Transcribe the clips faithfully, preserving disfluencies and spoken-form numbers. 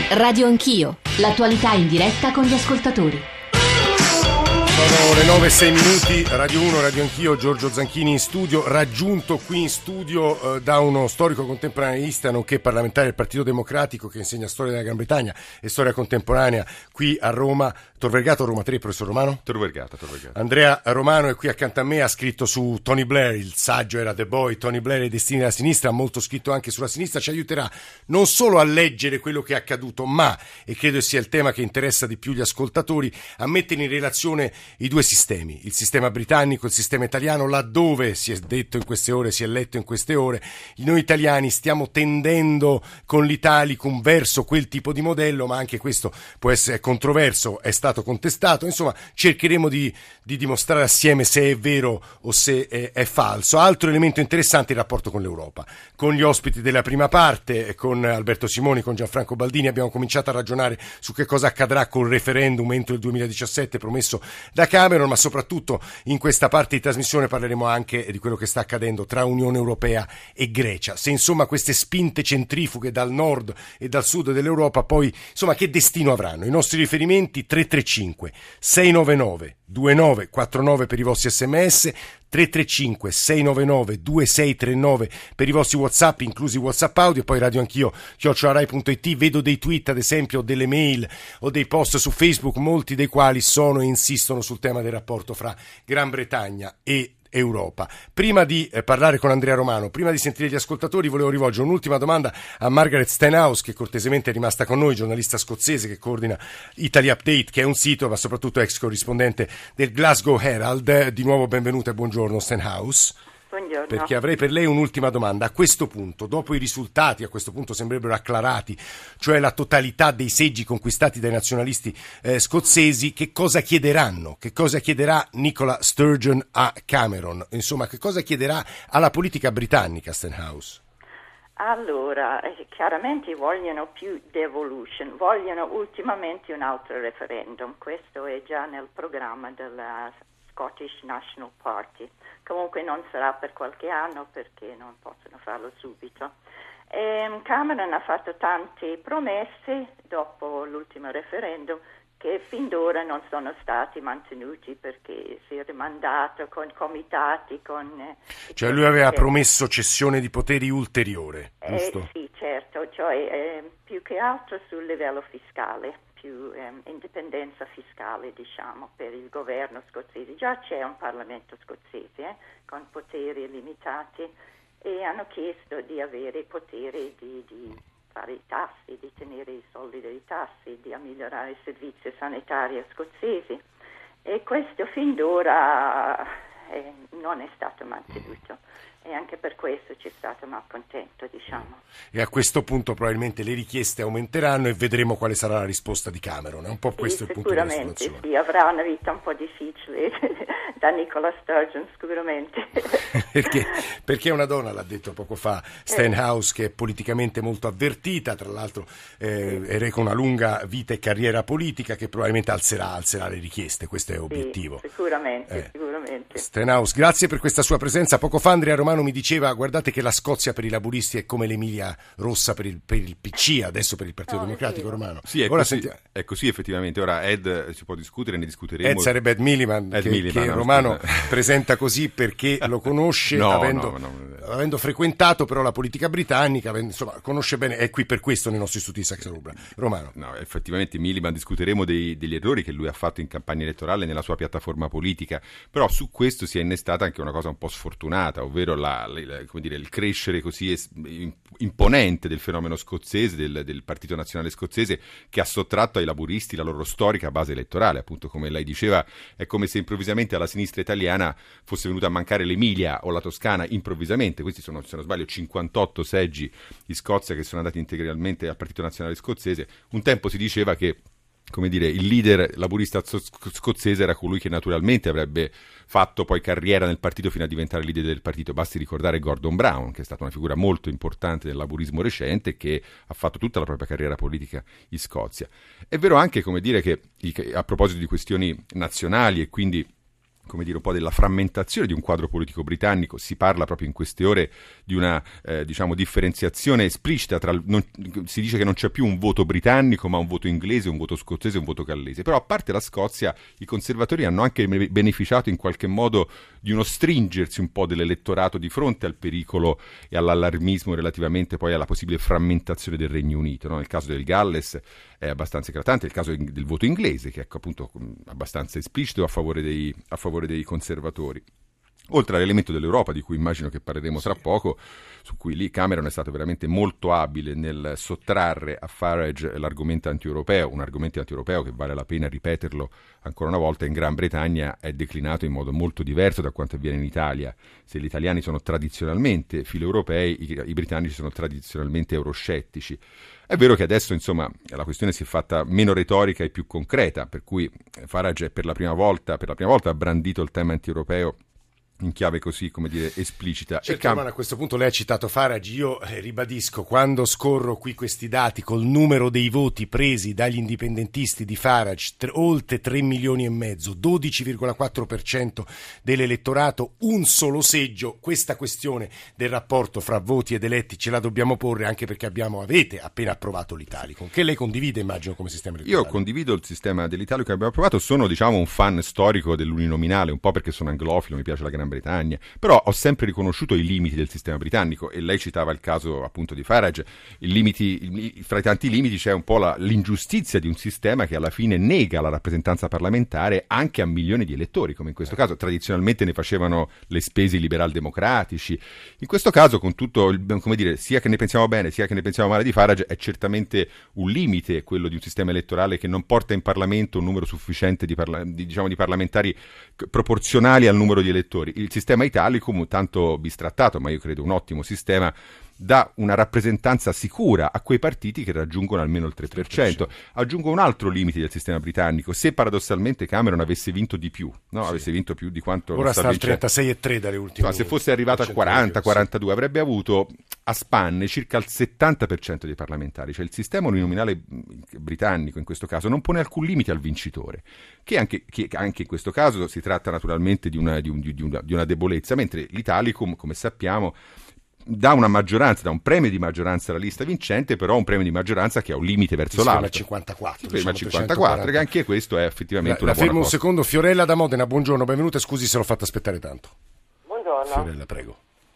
Radio Anch'io, l'attualità in diretta con gli ascoltatori. Sono le nove e sei minuti, Radio uno, Radio Anch'io, Giorgio Zanchini in studio, raggiunto qui in studio eh, da uno storico contemporaneista nonché parlamentare del Partito Democratico che insegna storia della Gran Bretagna e storia contemporanea qui a Roma. Tor Vergato, Roma tre, professor Romano? Tor Vergata, Tor Vergata. Andrea Romano è qui accanto a me, ha scritto su Tony Blair, il saggio era The Boy, Tony Blair e i destini della sinistra, ha molto scritto anche sulla sinistra, ci aiuterà non solo a leggere quello che è accaduto, ma, e credo sia il tema che interessa di più gli ascoltatori, a mettere in relazione i due sistemi, il sistema britannico, il sistema italiano, laddove si è detto in queste ore, si è letto in queste ore, noi italiani stiamo tendendo con l'Italicum verso quel tipo di modello, ma anche questo può essere controverso, è stato contestato, insomma cercheremo di, di dimostrare assieme se è vero o se è, è falso. Altro elemento interessante è il rapporto con l'Europa. Con gli ospiti della prima parte, con Alberto Simoni, con Gianfranco Baldini, abbiamo cominciato a ragionare su che cosa accadrà col referendum entro il duemiladiciassette promesso da Cameron, ma soprattutto in questa parte di trasmissione parleremo anche di quello che sta accadendo tra Unione Europea e Grecia. Se insomma queste spinte centrifughe dal nord e dal sud dell'Europa poi insomma che destino avranno? I nostri riferimenti tre tre cinque sei nove nove due nove quattro nove per i vostri sms, tre tre cinque sei nove nove due sei tre nove per i vostri WhatsApp, inclusi WhatsApp audio, poi Radio Anch'io chiocciola rai punto it. Vedo dei tweet ad esempio, delle mail o dei post su Facebook, molti dei quali sono e insistono sul tema del rapporto fra Gran Bretagna e Europa. Prima di eh, parlare con Andrea Romano, prima di sentire gli ascoltatori, volevo rivolgere un'ultima domanda a Margaret Stenhouse, che cortesemente è rimasta con noi, giornalista scozzese che coordina Italy Update, che è un sito ma soprattutto ex corrispondente del Glasgow Herald. Di nuovo benvenuta e buongiorno Stenhouse. Buongiorno. Perché avrei per lei un'ultima domanda. A questo punto, dopo i risultati, a questo punto sembrerebbero acclarati, cioè la totalità dei seggi conquistati dai nazionalisti eh, scozzesi, che cosa chiederanno? Che cosa chiederà Nicola Sturgeon a Cameron? Insomma, che cosa chiederà alla politica britannica, Stenhouse? Allora, eh, chiaramente vogliono più devolution, vogliono ultimamente un altro referendum. Questo è già nel programma della Scottish National Party. Comunque non sarà per qualche anno perché non possono farlo subito. E Cameron ha fatto tante promesse dopo l'ultimo referendum che fin d'ora non sono stati mantenuti perché si è rimandato con comitati, con... Cioè lui aveva promesso cessione di poteri ulteriore, giusto? Eh, sì, certo, cioè eh, più che altro sul livello fiscale. più ehm, indipendenza fiscale, diciamo, per il governo scozzese. Già c'è un Parlamento scozzese eh, con poteri limitati e hanno chiesto di avere poteri di, di fare i tassi, di tenere i soldi dei tassi, di migliorare i servizi sanitari scozzesi e questo fin d'ora eh, non è stato mantenuto. E anche per questo c'è stato malcontento, diciamo. E a questo punto probabilmente le richieste aumenteranno e vedremo quale sarà la risposta di Cameron. È un po' sì, questo il punto della situazione. Sicuramente sì, avrà una vita un po' difficile da Nicola Sturgeon, sicuramente. perché, perché una donna, l'ha detto poco fa Stenhouse, che è politicamente molto avvertita, tra l'altro eh, reca una lunga vita e carriera politica, che probabilmente alzerà, alzerà le richieste, questo è obiettivo. Sì, sicuramente, eh. sicuramente. Stenhouse, grazie per questa sua presenza. Poco fa Andrea Romano mi diceva, guardate che la Scozia per i laburisti è come l'Emilia Rossa per il, per il P C, adesso per il Partito no, Democratico Romano. Sì, è, Ora così, senti... è così effettivamente. Ora Ed si può discutere, ne discuteremo. Ed sarebbe Ed Miliband, Ed che, Miliband, che no, Romano scusa. presenta così perché lo conosce, no, avendo, no, no, avendo frequentato però la politica britannica, avendo, insomma, conosce bene, è qui per questo nei nostri studi Saxa Rubra. Romano. No, effettivamente Miliband discuteremo dei, degli errori che lui ha fatto in campagna elettorale nella sua piattaforma politica, però su questo si è innestata anche una cosa un po' sfortunata, ovvero la, la, come dire, il crescere così es- imponente del fenomeno scozzese, del, del Partito Nazionale Scozzese, che ha sottratto ai laburisti la loro storica base elettorale. Appunto, come lei diceva, è come se improvvisamente alla sinistra italiana fosse venuta a mancare l'Emilia o la Toscana improvvisamente. Questi sono, se non sbaglio, cinquantotto seggi in Scozia che sono andati integralmente al Partito Nazionale Scozzese. Un tempo si diceva che, come dire, il leader laburista scozzese era colui che naturalmente avrebbe fatto poi carriera nel partito fino a diventare leader del partito. Basti ricordare Gordon Brown, che è stata una figura molto importante del laburismo recente, che ha fatto tutta la propria carriera politica in Scozia. È vero anche, come dire, che a proposito di questioni nazionali e quindi come dire, un po' della frammentazione di un quadro politico britannico. Si parla proprio in queste ore di una eh, diciamo differenziazione esplicita tra non, si dice che non c'è più un voto britannico ma un voto inglese, un voto scozzese, un voto gallese. Però a parte la Scozia i conservatori hanno anche beneficiato in qualche modo di uno stringersi un po' dell'elettorato di fronte al pericolo e all'allarmismo relativamente poi alla possibile frammentazione del Regno Unito, no? Il caso del Galles è abbastanza eclatante, il caso del voto inglese che è appunto abbastanza esplicito a favore dei, a favore dei conservatori. Oltre all'elemento dell'Europa, di cui immagino che parleremo tra poco, su cui lì Cameron è stato veramente molto abile nel sottrarre a Farage l'argomento anti-europeo, un argomento anti-europeo che vale la pena ripeterlo ancora una volta, in Gran Bretagna è declinato in modo molto diverso da quanto avviene in Italia. Se gli italiani sono tradizionalmente filo-europei, i, i britannici sono tradizionalmente euroscettici. È vero che adesso, insomma, la questione si è fatta meno retorica e più concreta, per cui Farage per la prima volta, per la prima volta ha brandito il tema anti-europeo in chiave così, come dire, esplicita. Certo, e cam- a questo punto lei ha citato Farage, io eh, ribadisco, quando scorro qui questi dati col numero dei voti presi dagli indipendentisti di Farage, tre, oltre tre milioni e mezzo, dodici virgola quattro per cento dell'elettorato, un solo seggio, questa questione del rapporto fra voti ed eletti ce la dobbiamo porre, anche perché abbiamo, avete appena approvato l'Italicum, che lei condivide, immagino, come sistema elettorale. Io condivido il sistema dell'Italicum che abbiamo approvato, sono, diciamo, un fan storico dell'uninominale, un po' perché sono anglofilo, mi piace la Gran Bretagna, però ho sempre riconosciuto i limiti del sistema britannico, e lei citava il caso appunto di Farage. I limiti, fra i tanti limiti c'è un po' la, l'ingiustizia di un sistema che alla fine nega la rappresentanza parlamentare anche a milioni di elettori, come in questo caso. Tradizionalmente ne facevano le spese i liberal democratici. In questo caso, con tutto il, come dire, sia che ne pensiamo bene sia che ne pensiamo male di Farage, è certamente un limite quello di un sistema elettorale che non porta in Parlamento un numero sufficiente di, parla- di, diciamo, di parlamentari proporzionali al numero di elettori. Il sistema Italicum, tanto bistrattato, ma io credo un ottimo sistema, dà una rappresentanza sicura a quei partiti che raggiungono almeno il tre per cento. Aggiungo un altro limite del sistema britannico: se paradossalmente Cameron avesse vinto di più, no? Sì. avesse vinto più di quanto ora sta al trentasei virgola tre dalle ultime, insomma, se fosse arrivato a quaranta quarantadue, avrebbe avuto a spanne circa il settanta per cento dei parlamentari. Cioè il sistema uninominale britannico in questo caso non pone alcun limite al vincitore, che anche, che anche in questo caso si tratta naturalmente di una, di un, di una, di una debolezza, mentre l'Italicum, come sappiamo, dà una maggioranza, dà un premio di maggioranza alla lista vincente, però un premio di maggioranza che ha un limite verso l'alto. Si cinquantaquattro, si diciamo cinquantaquattro, che anche questo è effettivamente la, una la buona fermo cosa. un secondo. Fiorella da Modena, buongiorno, benvenuta, scusi se l'ho fatta aspettare tanto. Buongiorno. Fiorella, prego.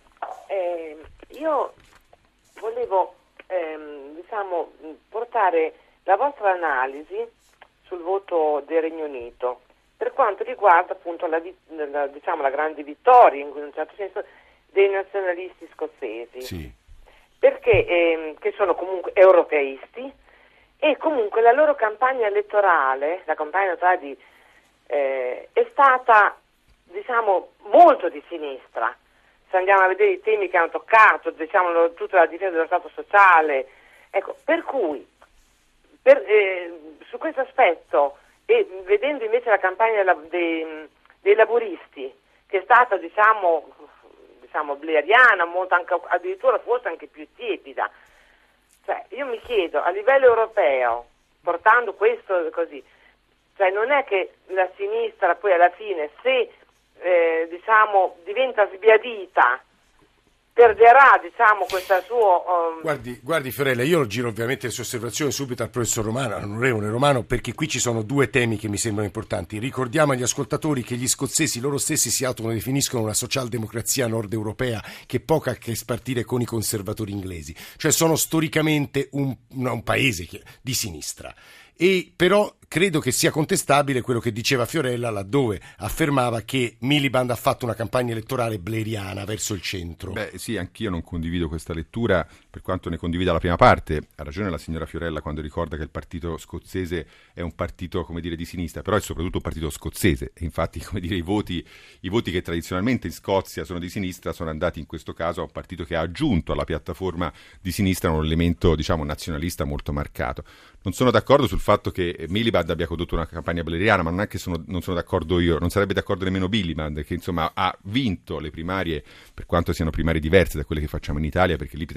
Eh, io volevo ehm, diciamo portare la vostra analisi sul voto del Regno Unito per quanto riguarda appunto la, la, diciamo, la grande vittoria, in un certo senso, dei nazionalisti scozzesi, sì. perché ehm, che sono comunque europeisti, e comunque la loro campagna elettorale, la campagna elettorale di, eh, è stata, diciamo, molto di sinistra. Se andiamo a vedere i temi che hanno toccato, diciamo, tutta la difesa dello Stato sociale, ecco, per cui per, eh, su questo aspetto, e vedendo invece la campagna dei, dei laburisti, che è stata, diciamo, diciamo blairiana, molto anche, addirittura forse anche più tiepida, cioè io mi chiedo, a livello europeo, portando questo così, cioè non è che la sinistra poi alla fine, se eh, diciamo diventa sbiadita, perderà, diciamo, questo suo... Um... Guardi, guardi Fiorella, io giro ovviamente le sue osservazioni subito al professor Romano, all'onorevole Romano, perché qui ci sono due temi che mi sembrano importanti. Ricordiamo agli ascoltatori che gli scozzesi loro stessi si autodefiniscono una socialdemocrazia nord europea che poca a che spartire con i conservatori inglesi, cioè sono storicamente un, un paese che, di sinistra. E però credo che sia contestabile quello che diceva Fiorella, laddove affermava che Miliband ha fatto una campagna elettorale blairiana verso il centro. Beh sì, anch'io non condivido questa lettura, per quanto ne condivida la prima parte. Ha ragione la signora Fiorella quando ricorda che il partito scozzese è un partito, come dire, di sinistra, però è soprattutto un partito scozzese, e infatti, come dire, i voti, i voti che tradizionalmente in Scozia sono di sinistra sono andati in questo caso a un partito che ha aggiunto alla piattaforma di sinistra un elemento, diciamo, nazionalista molto marcato. Non sono d'accordo sul fatto che Miliband abbia condotto una campagna blairiana, ma non è che sono, non sono d'accordo io, non sarebbe d'accordo nemmeno Miliband, che insomma ha vinto le primarie, per quanto siano primarie diverse da quelle che facciamo in Italia, perché lì per esempio i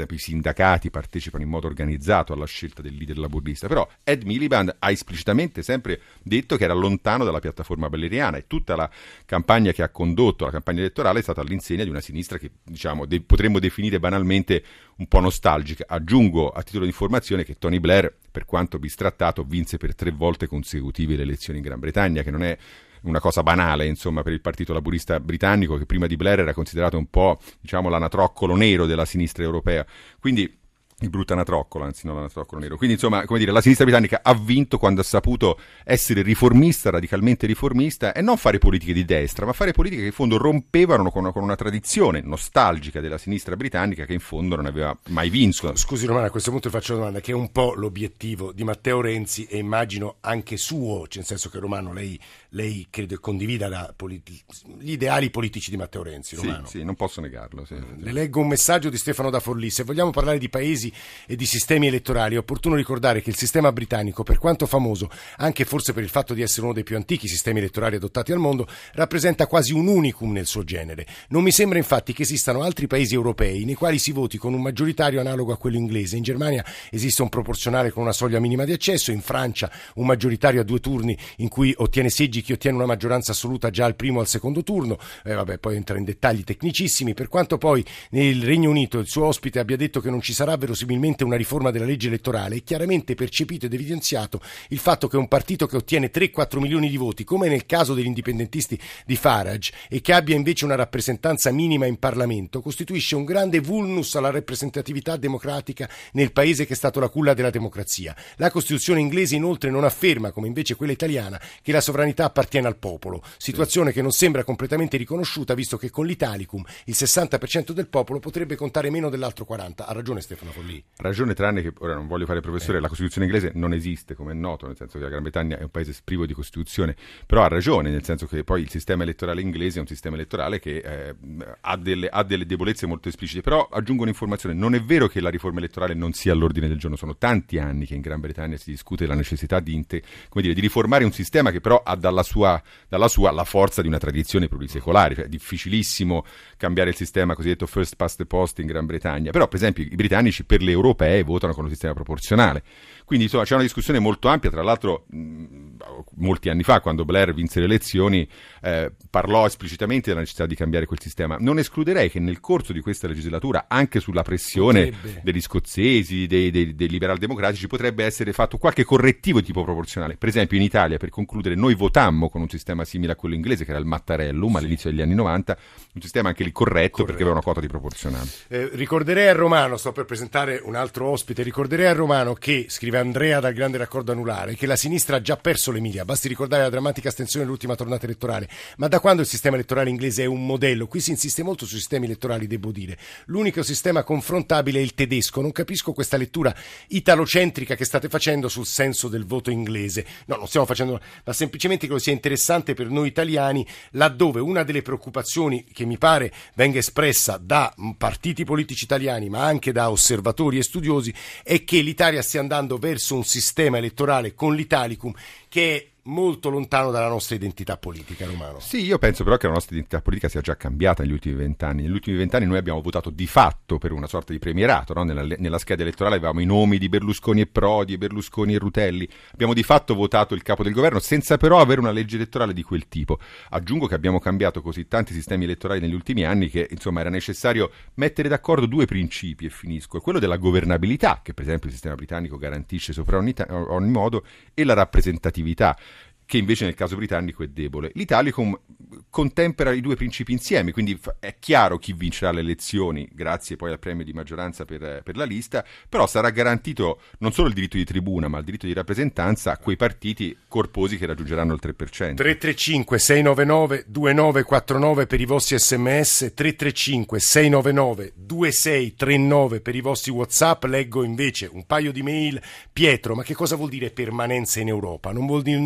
sindacati partecipano in modo organizzato alla scelta del leader laburista, però Ed Miliband ha esplicitamente sempre detto che era lontano dalla piattaforma bleriana, e tutta la campagna che ha condotto, la campagna elettorale, è stata all'insegna di una sinistra che, diciamo, de- potremmo definire banalmente un po' nostalgica. Aggiungo a titolo di informazione che Tony Blair, per quanto bistrattato, vinse per tre volte consecutive le elezioni in Gran Bretagna, che non è una cosa banale, insomma, per il partito laburista britannico, che prima di Blair era considerato un po', diciamo, l'anatroccolo nero della sinistra europea. Quindi il brutto anatroccolo, anzi non l'anatroccolo nero. Quindi, insomma, come dire, la sinistra britannica ha vinto quando ha saputo essere riformista, radicalmente riformista, e non fare politiche di destra, ma fare politiche che in fondo rompevano con una, con una tradizione nostalgica della sinistra britannica, che in fondo non aveva mai vinto. Scusi Romano, a questo punto faccio una domanda, che è un po' l'obiettivo di Matteo Renzi e immagino anche suo, cioè nel senso che Romano, lei, lei credo condivida la politi- gli ideali politici di Matteo Renzi, Romano. Sì, sì, non posso negarlo. Sì. Le leggo un messaggio di Stefano da Forlì: se vogliamo parlare di paesi e di sistemi elettorali, è opportuno ricordare che il sistema britannico, per quanto famoso anche forse per il fatto di essere uno dei più antichi sistemi elettorali adottati al mondo, rappresenta quasi un unicum nel suo genere. Non mi sembra infatti che esistano altri paesi europei nei quali si voti con un maggioritario analogo a quello inglese. In Germania esiste un proporzionale con una soglia minima di accesso, in Francia un maggioritario a due turni in cui ottiene seggi chi ottiene una maggioranza assoluta già al primo o al secondo turno. Eh, vabbè, poi entra in dettagli tecnicissimi. Per quanto poi nel Regno Unito il suo ospite abbia detto che non ci sarà verosimilmente una riforma della legge elettorale, è chiaramente percepito ed evidenziato il fatto che un partito che ottiene tre quattro milioni di voti, come nel caso degli indipendentisti di Farage, e che abbia invece una rappresentanza minima in Parlamento, costituisce un grande vulnus alla rappresentatività democratica nel paese che è stato la culla della democrazia. La Costituzione inglese inoltre non afferma, come invece quella italiana, che la sovranità appartiene al popolo, situazione che non sembra completamente riconosciuta, visto che con l'Italicum il sessanta per cento del popolo potrebbe contare meno dell'altro quaranta per cento. Ha ragione Stefano Forlì. Ragione, tranne che, ora non voglio fare il professore, eh. la Costituzione inglese non esiste, come è noto, nel senso che la Gran Bretagna è un paese privo di Costituzione, però ha ragione, nel senso che poi il sistema elettorale inglese è un sistema elettorale che eh, ha, delle, ha delle debolezze molto esplicite. Però aggiungo un'informazione: non è vero che la riforma elettorale non sia all'ordine del giorno, sono tanti anni che in Gran Bretagna si discute della necessità di, inte, come dire, di riformare un sistema che però ha dalla sua, dalla sua la forza di una tradizione plurisecolare. Cioè, è difficilissimo cambiare il sistema cosiddetto first past the post in Gran Bretagna, però per esempio i britannici per le europee votano con un sistema proporzionale. Quindi insomma c'è una discussione molto ampia. Tra l'altro mh, molti anni fa, quando Blair vinse le elezioni, eh, parlò esplicitamente della necessità di cambiare quel sistema. Non escluderei che nel corso di questa legislatura, anche sulla pressione potrebbe. degli scozzesi, dei, dei, dei liberal democratici, potrebbe essere fatto qualche correttivo di tipo proporzionale. Per esempio in Italia, per concludere, noi votammo con un sistema simile a quello inglese, che era il Mattarellum, sì. all'inizio degli anni novanta, un sistema anche lì corretto, corretto. perché aveva una quota di proporzionale. Eh, ricorderei a Romano, sto per presentare un altro ospite, ricorderei a Romano che, scrive Andrea dal Grande Raccordo Anulare, che la sinistra ha già perso l'Emilia, basti ricordare la drammatica astensione dell'ultima tornata elettorale. Ma da quando il sistema elettorale inglese è un modello? Qui si insiste molto sui sistemi elettorali, devo dire. L'unico sistema confrontabile è il tedesco. Non capisco questa lettura italocentrica che state facendo sul senso del voto inglese. No, non stiamo facendo, ma semplicemente che sia interessante per noi italiani, laddove una delle preoccupazioni che mi pare venga espressa da partiti politici italiani, ma anche da osservatori e studiosi, è che l'Italia stia andando verso un sistema elettorale con l'Italicum che è molto lontano dalla nostra identità politica, Romano. Sì, io penso però che la nostra identità politica sia già cambiata negli ultimi vent'anni. Negli ultimi vent'anni noi abbiamo votato di fatto per una sorta di premierato, no? nella, nella scheda elettorale avevamo i nomi di Berlusconi e Prodi, e Berlusconi e Rutelli. Abbiamo di fatto votato il capo del governo senza però avere una legge elettorale di quel tipo. Aggiungo che abbiamo cambiato così tanti sistemi elettorali negli ultimi anni che insomma era necessario mettere d'accordo due principi, e finisco: quello della governabilità, che per esempio il sistema britannico garantisce sopra ogni, ta- ogni modo, e la rappresentatività, che invece nel caso britannico è debole. L'Italicum contempera i due principi insieme, quindi è chiaro chi vincerà le elezioni grazie poi al premio di maggioranza per, per la lista, però sarà garantito non solo il diritto di tribuna ma il diritto di rappresentanza a quei partiti corposi che raggiungeranno il tre per cento. tre tre cinque sei nove nove due nove quattro nove per i vostri sms, tre tre cinque sei nove nove due sei tre nove per i vostri WhatsApp. Leggo invece un paio di mail. Pietro: ma che cosa vuol dire permanenza in Europa? Non vuol dire nulla, tu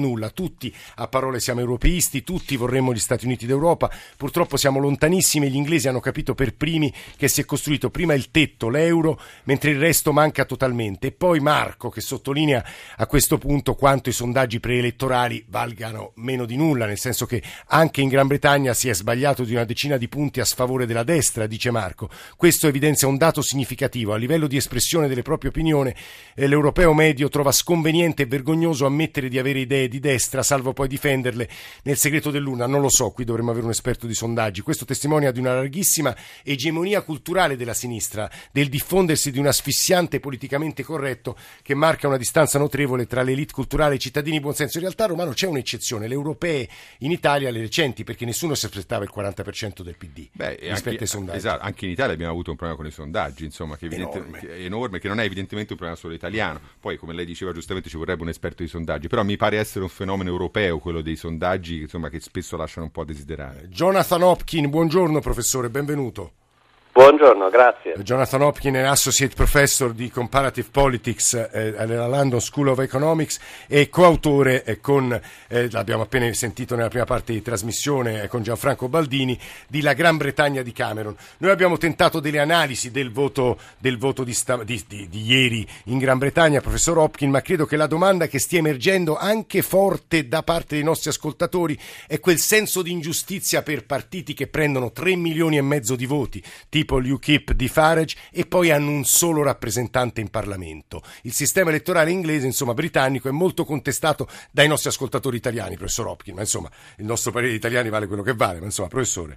tutti a parole siamo europeisti, tutti vorremmo gli Stati Uniti d'Europa, purtroppo siamo lontanissimi e gli inglesi hanno capito per primi che si è costruito prima il tetto, l'euro, mentre il resto manca totalmente. E poi Marco che sottolinea a questo punto quanto i sondaggi preelettorali valgano meno di nulla, nel senso che anche in Gran Bretagna si è sbagliato di una decina di punti a sfavore della destra, dice Marco. Questo evidenzia un dato significativo. A livello di espressione delle proprie opinioni, eh, l'europeo medio trova sconveniente e vergognoso ammettere di avere idee di destra, salvo poi difenderle nel segreto dell'urna. Non lo so, qui dovremmo avere un esperto di sondaggi. Questo testimonia di una larghissima egemonia culturale della sinistra, del diffondersi di un asfissiante politicamente corretto che marca una distanza notevole tra l'elite culturale e i cittadini di buonsenso. In realtà, Romano, c'è un'eccezione, le europee in Italia, le recenti, perché nessuno si aspettava il quaranta per cento del P D. Beh, rispetto anche, ai sondaggi. Esatto, anche in Italia abbiamo avuto un problema con i sondaggi, insomma, che, evidente, enorme. che è enorme, che non è evidentemente un problema solo italiano. Poi, come lei diceva giustamente, ci vorrebbe un esperto di sondaggi, però mi pare essere un fenomeno europeo quello dei sondaggi, insomma, che spesso lasciano un po' a desiderare. Jonathan Hopkin, buongiorno professore, benvenuto. Buongiorno, grazie. Jonathan Hopkin è Associate Professor di Comparative Politics eh, alla London School of Economics e coautore eh, con, eh, l'abbiamo appena sentito nella prima parte di trasmissione eh, con Gianfranco Baldini, di La Gran Bretagna di Cameron. Noi abbiamo tentato delle analisi del voto, del voto di, sta, di, di, di ieri in Gran Bretagna, professor Hopkin, ma credo che la domanda che stia emergendo anche forte da parte dei nostri ascoltatori è quel senso di ingiustizia per partiti che prendono tre milioni e mezzo di voti, tipo l'U K I P di Farage, e poi hanno un solo rappresentante in Parlamento. Il sistema elettorale inglese, insomma britannico, è molto contestato dai nostri ascoltatori italiani, professor Hopkin, ma insomma il nostro parere di italiani vale quello che vale, ma insomma professore.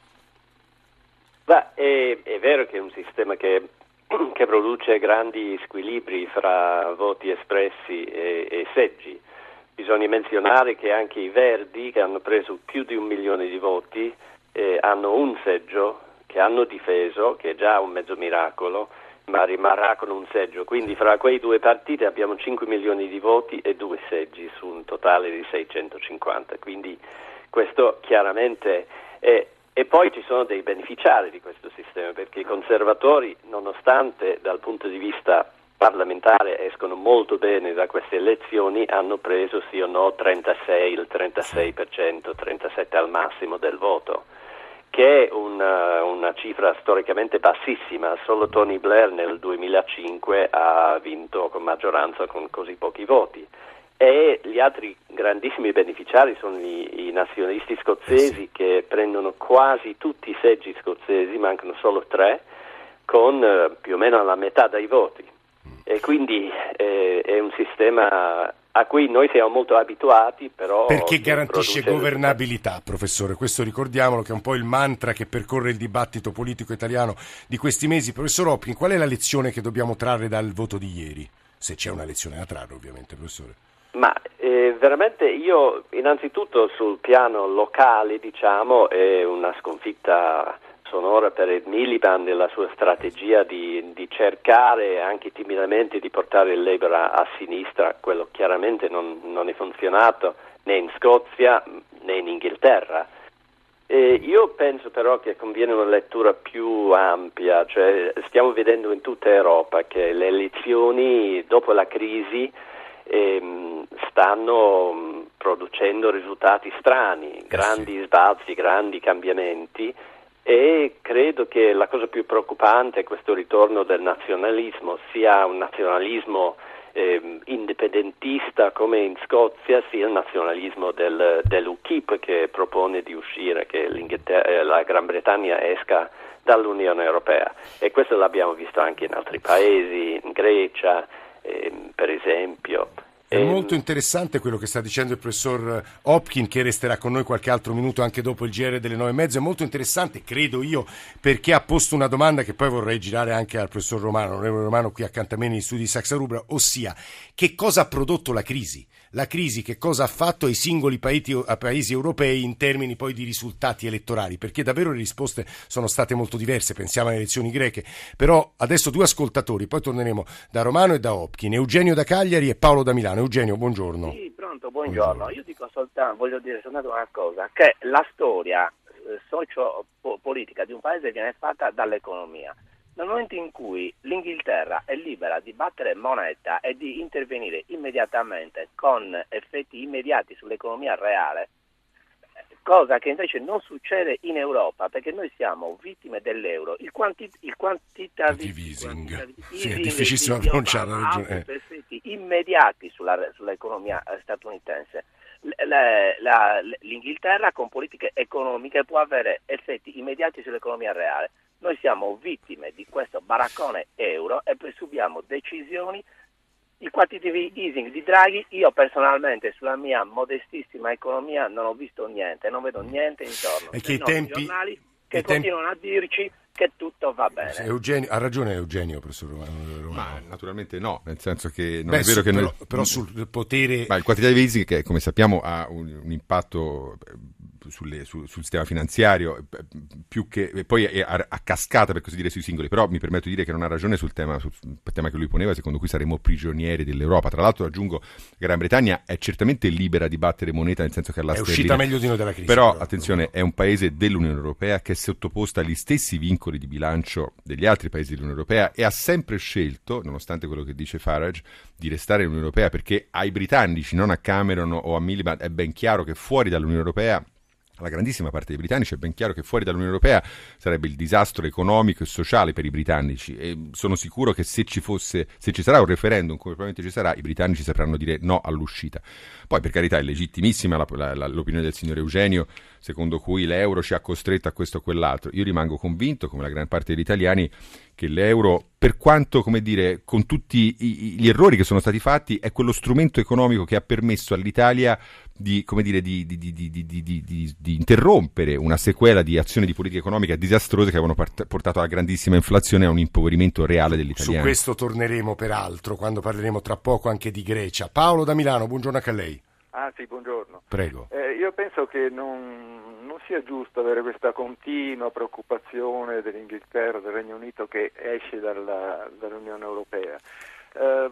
Beh, è, è vero che è un sistema che, che produce grandi squilibri fra voti espressi e, e seggi. Bisogna menzionare che anche i Verdi, che hanno preso più di un milione di voti, eh, hanno un seggio che hanno difeso, che è già un mezzo miracolo, ma rimarrà con un seggio. Quindi fra quei due partiti abbiamo cinque milioni di voti e due seggi su un totale di seicentocinquanta. Quindi questo chiaramente è... E poi ci sono dei beneficiari di questo sistema, perché i conservatori, nonostante dal punto di vista parlamentare escono molto bene da queste elezioni, hanno preso sì o no trentasei, il trentasei per cento, trentasette per cento al massimo del voto, che è una, una cifra storicamente bassissima. Solo Tony Blair nel duemilacinque ha vinto con maggioranza con così pochi voti. E gli altri grandissimi beneficiari sono i, i nazionalisti scozzesi, che prendono quasi tutti i seggi scozzesi, mancano solo tre, con eh, più o meno la metà dei voti. E quindi eh, è un sistema a cui noi siamo molto abituati, però... Perché garantisce governabilità, professore, questo ricordiamolo, che è un po' il mantra che percorre il dibattito politico italiano di questi mesi. Professor Hopkin, qual è la lezione che dobbiamo trarre dal voto di ieri? Se c'è una lezione da trarre, ovviamente, professore. Ma eh, veramente io, innanzitutto sul piano locale, diciamo, è una sconfitta sonora per il Miliband e la sua strategia di, di cercare anche timidamente di portare il Labour a, a sinistra. Quello chiaramente non, non è funzionato né in Scozia né in Inghilterra. E io penso però che conviene una lettura più ampia, cioè stiamo vedendo in tutta Europa che le elezioni dopo la crisi ehm, stanno mh, producendo risultati strani, grandi sbalzi, grandi cambiamenti. E credo che la cosa più preoccupante è questo ritorno del nazionalismo, sia un nazionalismo eh, indipendentista come in Scozia, sia il nazionalismo del, dell'U K I P, che propone di uscire, che eh, la Gran Bretagna esca dall'Unione Europea. E questo l'abbiamo visto anche in altri paesi, in Grecia eh, per esempio. È molto interessante quello che sta dicendo il professor Hopkin, che resterà con noi qualche altro minuto anche dopo il G R delle nove e mezzo. È molto interessante, credo io, perché ha posto una domanda che poi vorrei girare anche al professor Romano, l'onorevole Romano qui accanto a me negli studi di Saxa Rubra, ossia che cosa ha prodotto la crisi? La crisi che cosa ha fatto ai singoli paesi, a paesi europei in termini poi di risultati elettorali? Perché davvero le risposte sono state molto diverse, pensiamo alle elezioni greche. Però adesso due ascoltatori, poi torneremo da Romano e da Hopkin, Eugenio da Cagliari e Paolo da Milano. Eugenio, buongiorno. Sì, pronto, buongiorno. buongiorno. Io dico soltanto, voglio dire soltanto una cosa, che la storia eh, socio-politica di un paese viene fatta dall'economia. Nel momento in cui l'Inghilterra è libera di battere moneta e di intervenire immediatamente con effetti immediati sull'economia reale, cosa che invece non succede in Europa, perché noi siamo vittime dell'euro. Il, quanti, il quantitative easing, quantitative sì, è easing difficilissimo di pronunciare, Obama ha ragione. ha effetti immediati sulla, sull'economia statunitense. La, la, L'Inghilterra con politiche economiche può avere effetti immediati sull'economia reale. Noi siamo vittime di questo baraccone euro e poi subiamo decisioni. Il quantitative easing di Draghi, io personalmente sulla mia modestissima economia non ho visto niente, non vedo niente intorno. E che i no, tempi, giornali che tempi... continuano a dirci che tutto va bene. Eugenio, ha ragione Eugenio, professor Romano. Ma naturalmente no, nel senso che non Beh, è vero su, che però, noi... però sul potere... Ma il quantitative easing, che come sappiamo ha un, un impatto sulle, sul, sul sistema finanziario, più che e poi è a, a cascata, per così dire, sui singoli, però mi permetto di dire che non ha ragione sul tema, sul tema che lui poneva, secondo cui saremo prigionieri dell'Europa. Tra l'altro aggiungo che Gran Bretagna è certamente libera di battere moneta, nel senso che alla è sterlina, uscita meglio di noi dalla crisi. però, però attenzione, è un paese dell'Unione Europea che è sottoposta agli stessi vincoli di bilancio degli altri paesi dell'Unione Europea e ha sempre scelto, nonostante quello che dice Farage, di restare nell'Unione Europea, perché ai britannici, non a Cameron o a Miliband, è ben chiaro che fuori dall'Unione Europea, alla grandissima parte dei britannici è ben chiaro che fuori dall'Unione Europea sarebbe il disastro economico e sociale per i britannici, e sono sicuro che se ci fosse, se ci sarà un referendum, come probabilmente ci sarà, i britannici sapranno dire no all'uscita. Poi, per carità, è legittimissima la, la, la, l'opinione del signor Eugenio, secondo cui l'euro ci ha costretto a questo o quell'altro. Io rimango convinto, come la gran parte degli italiani, che l'euro, per quanto, come dire, con tutti i, gli errori che sono stati fatti, è quello strumento economico che ha permesso all'Italia di, come dire, di, di, di, di, di, di, di, di interrompere una sequela di azioni di politica economica disastrose che avevano part- portato alla grandissima inflazione e a un impoverimento reale degli italiani. Su questo torneremo peraltro quando parleremo tra poco anche di Grecia. Paolo da Milano, buongiorno anche a lei. Ah sì, buongiorno. Prego. Eh, io penso che non, non sia giusto avere questa continua preoccupazione dell'Inghilterra, del Regno Unito che esce dalla, dall'Unione Europea. Eh,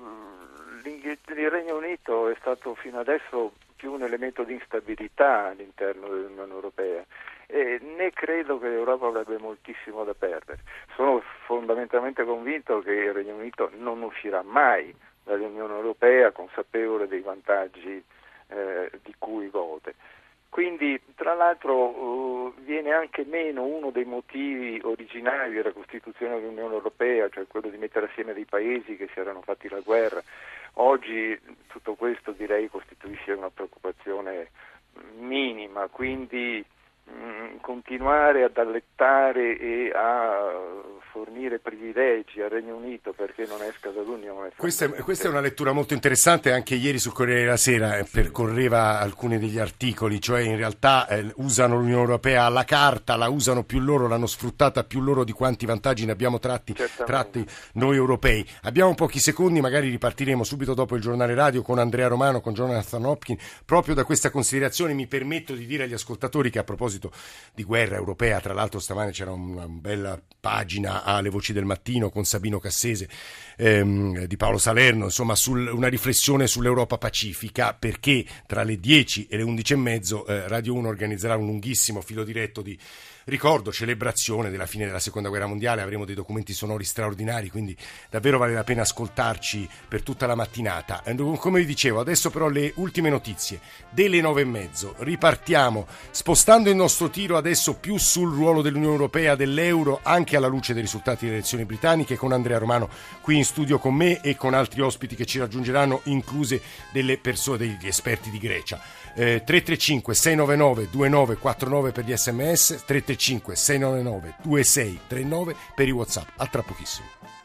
il Regno Unito è stato fino adesso più un elemento di instabilità all'interno dell'Unione Europea e né credo che l'Europa avrebbe moltissimo da perdere. Sono fondamentalmente convinto che il Regno Unito non uscirà mai dall'Unione Europea, consapevole dei vantaggi Eh, di cui gode. Quindi, tra l'altro, uh, viene anche meno uno dei motivi originari della Costituzione dell'Unione Europea, cioè quello di mettere assieme dei paesi che si erano fatti la guerra. Oggi tutto questo, direi, costituisce una preoccupazione minima, quindi mh, continuare ad allettare e a fornire privilegi al Regno Unito perché non esca dall'Unione. Questa è, questa è una lettura molto interessante. Anche ieri sul Corriere della Sera eh, percorreva alcuni degli articoli, cioè in realtà eh, usano l'Unione Europea alla carta, la usano più loro, l'hanno sfruttata più loro di quanti vantaggi ne abbiamo tratti, tratti noi europei. Abbiamo pochi secondi, magari ripartiremo subito dopo il giornale radio con Andrea Romano, con Jonathan Hopkins. Proprio da questa considerazione mi permetto di dire agli ascoltatori che a proposito di guerra europea, tra l'altro stamane c'era una bella pagina alle Voci del Mattino con Sabino Cassese, ehm, di Paolo Salerno, insomma, sul, una riflessione sull'Europa pacifica, perché tra le dieci e le undici e mezzo eh, Radio uno organizzerà un lunghissimo filo diretto di ricordo, celebrazione della fine della Seconda Guerra Mondiale. Avremo dei documenti sonori straordinari, quindi davvero vale la pena ascoltarci per tutta la mattinata. Come vi dicevo, adesso però le ultime notizie delle nove e mezzo. Ripartiamo spostando il nostro tiro adesso più sul ruolo dell'Unione Europea, dell'euro, anche alla luce dei risultati delle elezioni britanniche, con Andrea Romano qui in studio con me e con altri ospiti che ci raggiungeranno, incluse delle persone, degli esperti di Grecia. Eh, tre tre cinque sei nove nove due nove quattro nove per gli sms, tre tre cinque sei nove nove due sei tre nove per i WhatsApp. A tra pochissimo.